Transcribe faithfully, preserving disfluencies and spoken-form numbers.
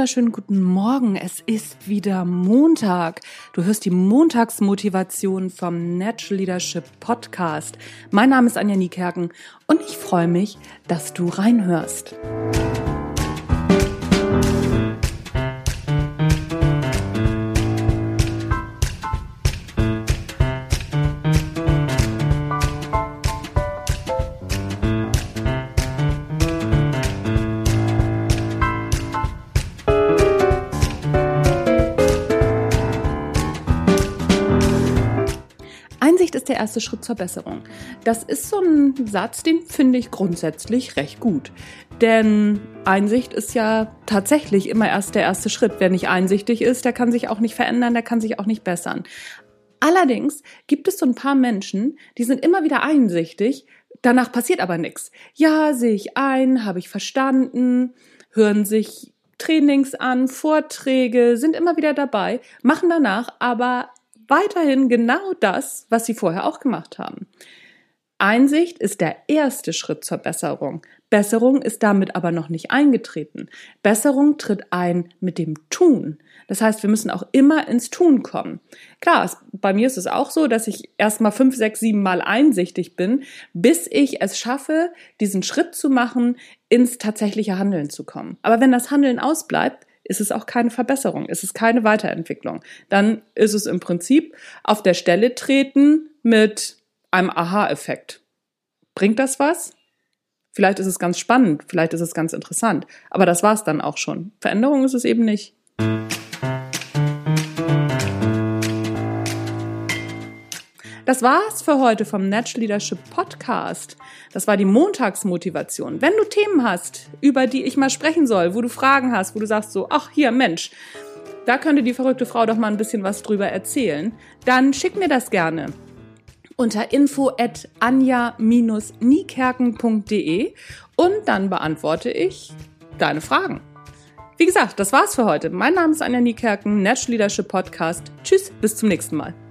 wunderschönen guten Morgen. Es ist wieder Montag. Du hörst die Montagsmotivation vom Natural Leadership Podcast. Mein Name ist Anja Niekerken und ich freue mich, dass du reinhörst. Einsicht ist der erste Schritt zur Besserung. Das ist so ein Satz, den finde ich grundsätzlich recht gut. Denn Einsicht ist ja tatsächlich immer erst der erste Schritt. Wer nicht einsichtig ist, der kann sich auch nicht verändern, der kann sich auch nicht bessern. Allerdings gibt es so ein paar Menschen, die sind immer wieder einsichtig, danach passiert aber nichts. Ja, sehe ich ein, habe ich verstanden, hören sich Trainings an, Vorträge, sind immer wieder dabei, machen danach aber weiterhin genau das, was sie vorher auch gemacht haben. Einsicht ist der erste Schritt zur Besserung. Besserung ist damit aber noch nicht eingetreten. Besserung tritt ein mit dem Tun. Das heißt, wir müssen auch immer ins Tun kommen. Klar, es, bei mir ist es auch so, dass ich erst mal fünf, sechs, sieben Mal einsichtig bin, bis ich es schaffe, diesen Schritt zu machen, ins tatsächliche Handeln zu kommen. Aber wenn das Handeln ausbleibt, ist es auch keine Verbesserung, ist es keine Weiterentwicklung. Dann ist es im Prinzip auf der Stelle treten mit einem Aha-Effekt. Bringt das was? Vielleicht ist es ganz spannend, vielleicht ist es ganz interessant, aber das war es dann auch schon. Veränderung ist es eben nicht. Das war's für heute vom Natural Leadership Podcast. Das war die Montagsmotivation. Wenn du Themen hast, über die ich mal sprechen soll, wo du Fragen hast, wo du sagst so, ach hier, Mensch, da könnte die verrückte Frau doch mal ein bisschen was drüber erzählen, dann schick mir das gerne unter info at anja dash niekerken punkt de und dann beantworte ich deine Fragen. Wie gesagt, das war's für heute. Mein Name ist Anja Niekerken, Natural Leadership Podcast. Tschüss, bis zum nächsten Mal.